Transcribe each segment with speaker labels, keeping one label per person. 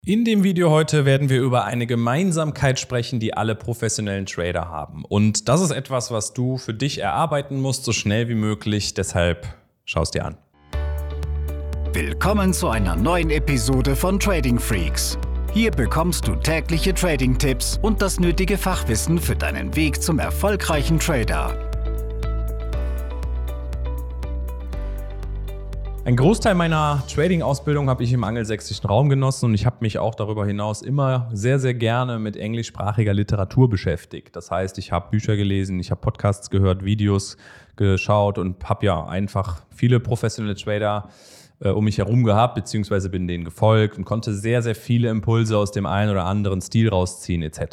Speaker 1: In dem Video heute werden wir über eine Gemeinsamkeit sprechen, die alle professionellen Trader haben. Und das ist etwas, was du für dich erarbeiten musst, so schnell wie möglich. Deshalb schau es dir an.
Speaker 2: Willkommen zu einer neuen Episode von Trading Freaks. Hier bekommst du tägliche Trading-Tipps und das nötige Fachwissen für deinen Weg zum erfolgreichen Trader.
Speaker 1: Ein Großteil meiner Trading-Ausbildung habe ich im angelsächsischen Raum genossen und ich habe mich auch darüber hinaus immer sehr, sehr gerne mit englischsprachiger Literatur beschäftigt. Das heißt, ich habe Bücher gelesen, ich habe Podcasts gehört, Videos geschaut und habe ja einfach viele professionelle Trader um mich herum gehabt, beziehungsweise bin denen gefolgt und konnte sehr, sehr viele Impulse aus dem einen oder anderen Stil rausziehen etc.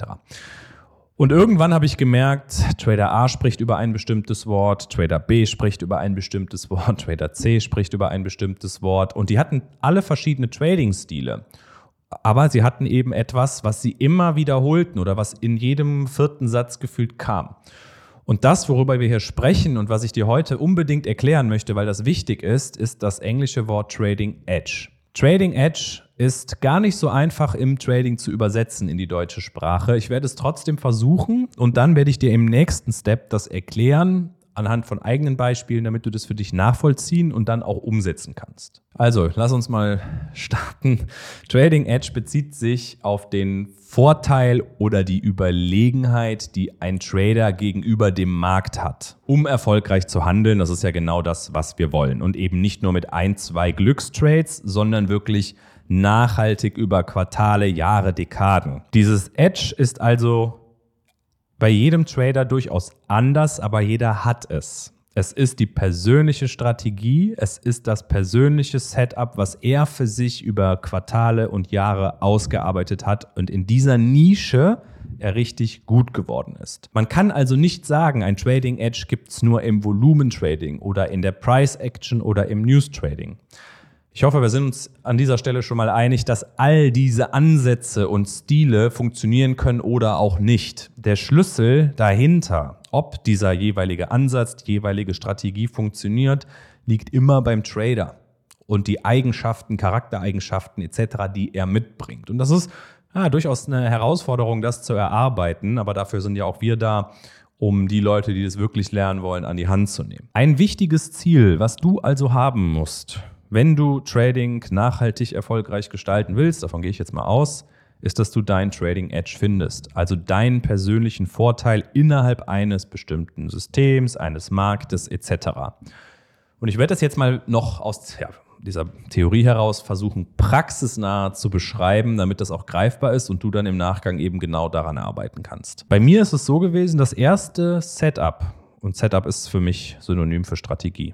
Speaker 1: Und irgendwann habe ich gemerkt, Trader A spricht über ein bestimmtes Wort, Trader B spricht über ein bestimmtes Wort, Trader C spricht über ein bestimmtes Wort und die hatten alle verschiedene Trading-Stile. Aber sie hatten eben etwas, was sie immer wiederholten oder was in jedem vierten Satz gefühlt kam. Und das, worüber wir hier sprechen und was ich dir heute unbedingt erklären möchte, weil das wichtig ist das englische Wort Trading Edge. Trading Edge ist gar nicht so einfach im Trading zu übersetzen in die deutsche Sprache. Ich werde es trotzdem versuchen und dann werde ich dir im nächsten Step das erklären anhand von eigenen Beispielen, damit du das für dich nachvollziehen und dann auch umsetzen kannst. Also, lass uns mal starten. Trading Edge bezieht sich auf den Vorteil oder die Überlegenheit, die ein Trader gegenüber dem Markt hat, um erfolgreich zu handeln. Das ist ja genau das, was wir wollen. Und eben nicht nur mit 1, 2 Glückstrades, sondern wirklich nachhaltig über Quartale, Jahre, Dekaden. Dieses Edge ist also bei jedem Trader durchaus anders, aber jeder hat es. Es ist die persönliche Strategie, es ist das persönliche Setup, was er für sich über Quartale und Jahre ausgearbeitet hat und in dieser Nische er richtig gut geworden ist. Man kann also nicht sagen, ein Trading Edge gibt es nur im Volumen-Trading oder in der Price-Action oder im News-Trading. Ich hoffe, wir sind uns an dieser Stelle schon mal einig, dass all diese Ansätze und Stile funktionieren können oder auch nicht. Der Schlüssel dahinter, ob dieser jeweilige Ansatz, die jeweilige Strategie funktioniert, liegt immer beim Trader und die Eigenschaften, Charaktereigenschaften etc., die er mitbringt. Und das ist durchaus eine Herausforderung, das zu erarbeiten, aber dafür sind ja auch wir da, um die Leute, die das wirklich lernen wollen, an die Hand zu nehmen. Ein wichtiges Ziel, was du also haben musst, wenn du Trading nachhaltig erfolgreich gestalten willst, davon gehe ich jetzt mal aus, ist, dass du dein Trading Edge findest. Also deinen persönlichen Vorteil innerhalb eines bestimmten Systems, eines Marktes etc. Und ich werde das jetzt mal noch aus dieser Theorie heraus versuchen, praxisnah zu beschreiben, damit das auch greifbar ist und du dann im Nachgang eben genau daran arbeiten kannst. Bei mir ist es so gewesen, das erste Setup, und Setup ist für mich synonym für Strategie,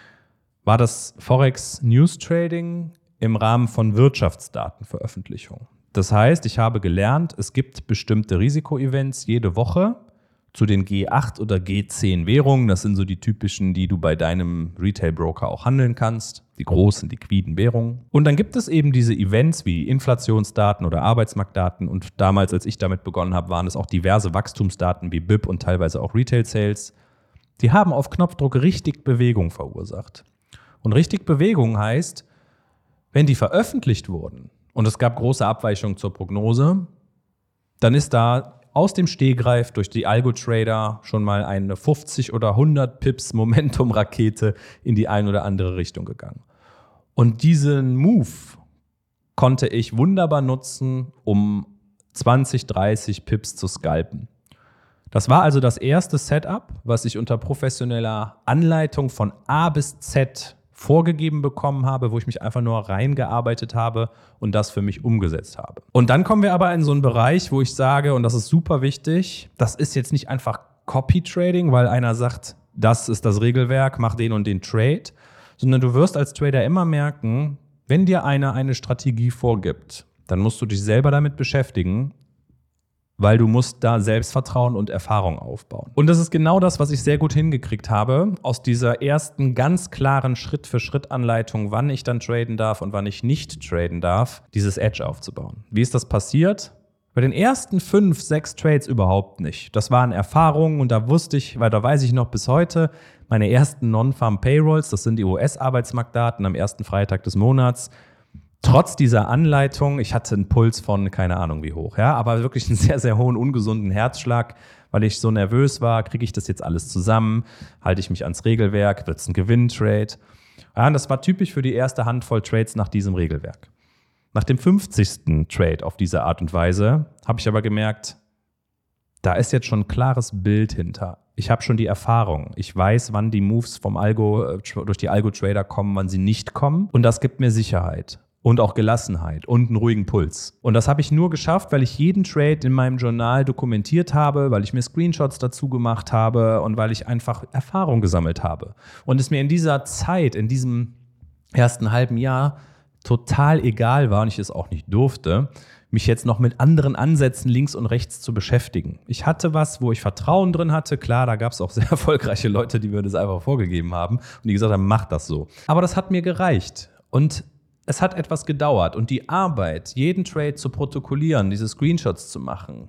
Speaker 1: war das Forex News Trading im Rahmen von Wirtschaftsdatenveröffentlichung. Das heißt, ich habe gelernt, es gibt bestimmte Risikoevents jede Woche zu den G8 oder G10 Währungen. Das sind so die typischen, die du bei deinem Retail-Broker auch handeln kannst, die großen, liquiden Währungen. Und dann gibt es eben diese Events wie Inflationsdaten oder Arbeitsmarktdaten. Und damals, als ich damit begonnen habe, waren es auch diverse Wachstumsdaten wie BIP und teilweise auch Retail-Sales. Die haben auf Knopfdruck richtig Bewegung verursacht. Und richtig Bewegung heißt, wenn die veröffentlicht wurden und es gab große Abweichungen zur Prognose, dann ist da aus dem Stegreif durch die Algo-Trader schon mal eine 50 oder 100 Pips Momentum-Rakete in die eine oder andere Richtung gegangen. Und diesen Move konnte ich wunderbar nutzen, um 20, 30 Pips zu scalpen. Das war also das erste Setup, was ich unter professioneller Anleitung von A bis Z vorgegeben bekommen habe, wo ich mich einfach nur reingearbeitet habe und das für mich umgesetzt habe. Und dann kommen wir aber in so einen Bereich, wo ich sage, und das ist super wichtig, das ist jetzt nicht einfach Copy-Trading, weil einer sagt, das ist das Regelwerk, mach den und den Trade, sondern du wirst als Trader immer merken, wenn dir einer eine Strategie vorgibt, dann musst du dich selber damit beschäftigen, weil du musst da Selbstvertrauen und Erfahrung aufbauen. Und das ist genau das, was ich sehr gut hingekriegt habe, aus dieser ersten ganz klaren Schritt-für-Schritt-Anleitung, wann ich dann traden darf und wann ich nicht traden darf, dieses Edge aufzubauen. Wie ist das passiert? Bei den ersten 5, 6 Trades überhaupt nicht. Das waren Erfahrungen und da wusste ich, weil da weiß ich noch bis heute, meine ersten Non-Farm Payrolls, das sind die US-Arbeitsmarktdaten am ersten Freitag des Monats, trotz dieser Anleitung, ich hatte einen Puls von keine Ahnung wie hoch, ja, aber wirklich einen sehr, sehr hohen, ungesunden Herzschlag, weil ich so nervös war, kriege ich das jetzt alles zusammen, halte ich mich ans Regelwerk, wird es ein Gewinntrade? Ja, und das war typisch für die erste Handvoll Trades nach diesem Regelwerk. Nach dem 50. Trade auf diese Art und Weise habe ich aber gemerkt, da ist jetzt schon ein klares Bild hinter. Ich habe schon die Erfahrung. Ich weiß, wann die Moves durch die Algo-Trader kommen, wann sie nicht kommen. Und das gibt mir Sicherheit und auch Gelassenheit und einen ruhigen Puls. Und das habe ich nur geschafft, weil ich jeden Trade in meinem Journal dokumentiert habe, weil ich mir Screenshots dazu gemacht habe und weil ich einfach Erfahrung gesammelt habe. Und es mir in dieser Zeit, in diesem ersten halben Jahr total egal war und ich es auch nicht durfte, mich jetzt noch mit anderen Ansätzen links und rechts zu beschäftigen. Ich hatte was, wo ich Vertrauen drin hatte. Klar, da gab es auch sehr erfolgreiche Leute, die mir das einfach vorgegeben haben und die gesagt haben, mach das so. Aber das hat mir gereicht. Und es hat etwas gedauert. Und die Arbeit, jeden Trade zu protokollieren, diese Screenshots zu machen,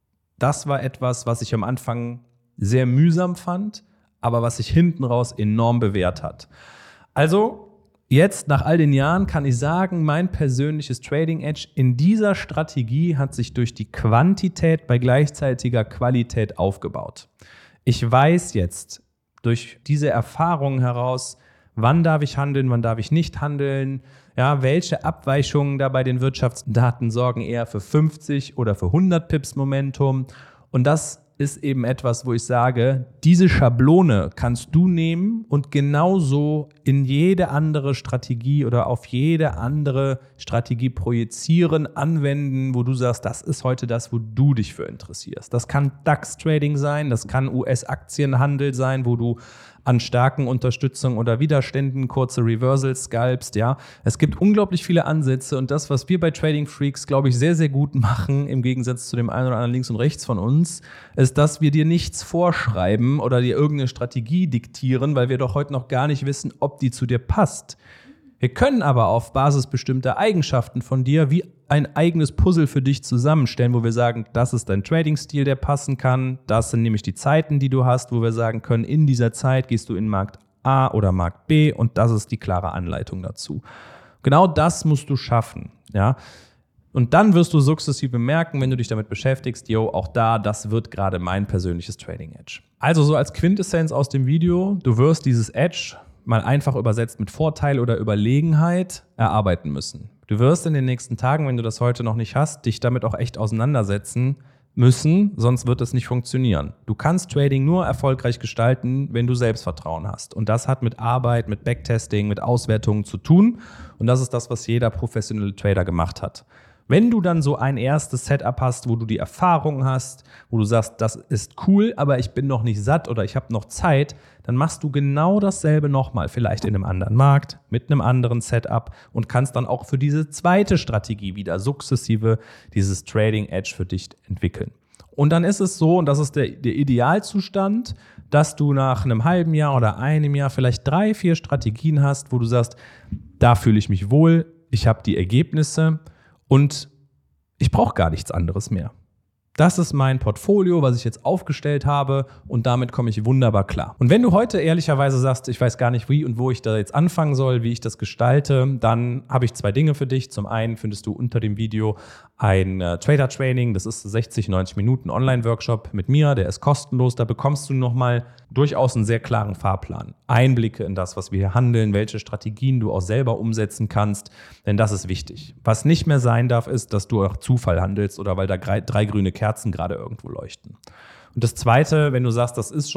Speaker 1: das war etwas, was ich am Anfang sehr mühsam fand, aber was sich hinten raus enorm bewährt hat. Also jetzt, nach all den Jahren, kann ich sagen, mein persönliches Trading Edge in dieser Strategie hat sich durch die Quantität bei gleichzeitiger Qualität aufgebaut. Ich weiß jetzt durch diese Erfahrungen heraus, wann darf ich handeln, wann darf ich nicht handeln, ja, welche Abweichungen da bei den Wirtschaftsdaten sorgen eher für 50 oder für 100 Pips Momentum. Und das ist eben etwas, wo ich sage, diese Schablone kannst du nehmen und genauso in jede andere Strategie oder auf jede andere Strategie projizieren, anwenden, wo du sagst, das ist heute das, wo du dich für interessierst. Das kann DAX-Trading sein, das kann US-Aktienhandel sein, wo du an starken Unterstützungen oder Widerständen kurze Reversals scalpst, ja. Es gibt unglaublich viele Ansätze und das, was wir bei Trading Freaks, glaube ich, sehr, sehr gut machen, im Gegensatz zu dem einen oder anderen links und rechts von uns, ist, dass wir dir nichts vorschreiben oder dir irgendeine Strategie diktieren, weil wir doch heute noch gar nicht wissen, ob die zu dir passt. Wir können aber auf Basis bestimmter Eigenschaften von dir wie ein eigenes Puzzle für dich zusammenstellen, wo wir sagen, das ist dein Trading-Stil, der passen kann. Das sind nämlich die Zeiten, die du hast, wo wir sagen können, in dieser Zeit gehst du in Markt A oder Markt B und das ist die klare Anleitung dazu. Genau das musst du schaffen, ja. Und dann wirst du sukzessive merken, wenn du dich damit beschäftigst, auch da, das wird gerade mein persönliches Trading Edge. Also so als Quintessenz aus dem Video, du wirst dieses Edge mal einfach übersetzt mit Vorteil oder Überlegenheit erarbeiten müssen. Du wirst in den nächsten Tagen, wenn du das heute noch nicht hast, dich damit auch echt auseinandersetzen müssen, sonst wird es nicht funktionieren. Du kannst Trading nur erfolgreich gestalten, wenn du Selbstvertrauen hast. Und das hat mit Arbeit, mit Backtesting, mit Auswertungen zu tun. Und das ist das, was jeder professionelle Trader gemacht hat. Wenn du dann so ein erstes Setup hast, wo du die Erfahrung hast, wo du sagst, das ist cool, aber ich bin noch nicht satt oder ich habe noch Zeit, dann machst du genau dasselbe nochmal, vielleicht in einem anderen Markt, mit einem anderen Setup und kannst dann auch für diese zweite Strategie wieder sukzessive dieses Trading Edge für dich entwickeln. Und dann ist es so, und das ist der Idealzustand, dass du nach einem halben Jahr oder einem Jahr vielleicht 3, 4 Strategien hast, wo du sagst, da fühle ich mich wohl, ich habe die Ergebnisse, und ich brauche gar nichts anderes mehr. Das ist mein Portfolio, was ich jetzt aufgestellt habe und damit komme ich wunderbar klar. Und wenn du heute ehrlicherweise sagst, ich weiß gar nicht, wie und wo ich da jetzt anfangen soll, wie ich das gestalte, dann habe ich 2 Dinge für dich. Zum einen findest du unter dem Video ein Trader-Training, das ist 60, 90 Minuten Online-Workshop mit mir, der ist kostenlos. Da bekommst du nochmal durchaus einen sehr klaren Fahrplan. Einblicke in das, was wir hier handeln, welche Strategien du auch selber umsetzen kannst, denn das ist wichtig. Was nicht mehr sein darf, ist, dass du auch Zufall handelst oder weil da 3 grüne Kerzen gerade irgendwo leuchten. Und das Zweite, wenn du sagst,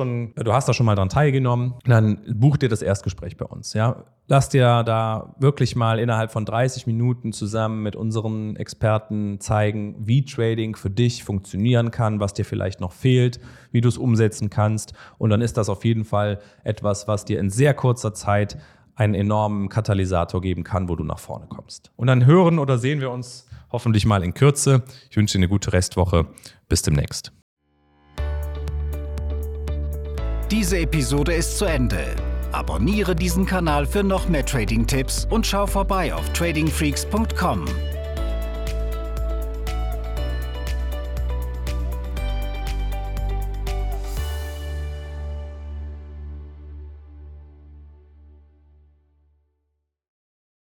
Speaker 1: du hast da schon mal dran teilgenommen, dann buch dir das Erstgespräch bei uns. Ja? Lass dir da wirklich mal innerhalb von 30 Minuten zusammen mit unseren Experten zeigen, wie Trading für dich funktionieren kann, was dir vielleicht noch fehlt, wie du es umsetzen kannst. Und dann ist das auf jeden Fall etwas, was dir in sehr kurzer Zeit einen enormen Katalysator geben kann, wo du nach vorne kommst. Und dann hören oder sehen wir uns hoffentlich mal in Kürze. Ich wünsche dir eine gute Restwoche. Bis demnächst.
Speaker 2: Diese Episode ist zu Ende. Abonniere diesen Kanal für noch mehr Trading-Tipps und schau vorbei auf tradingfreaks.com.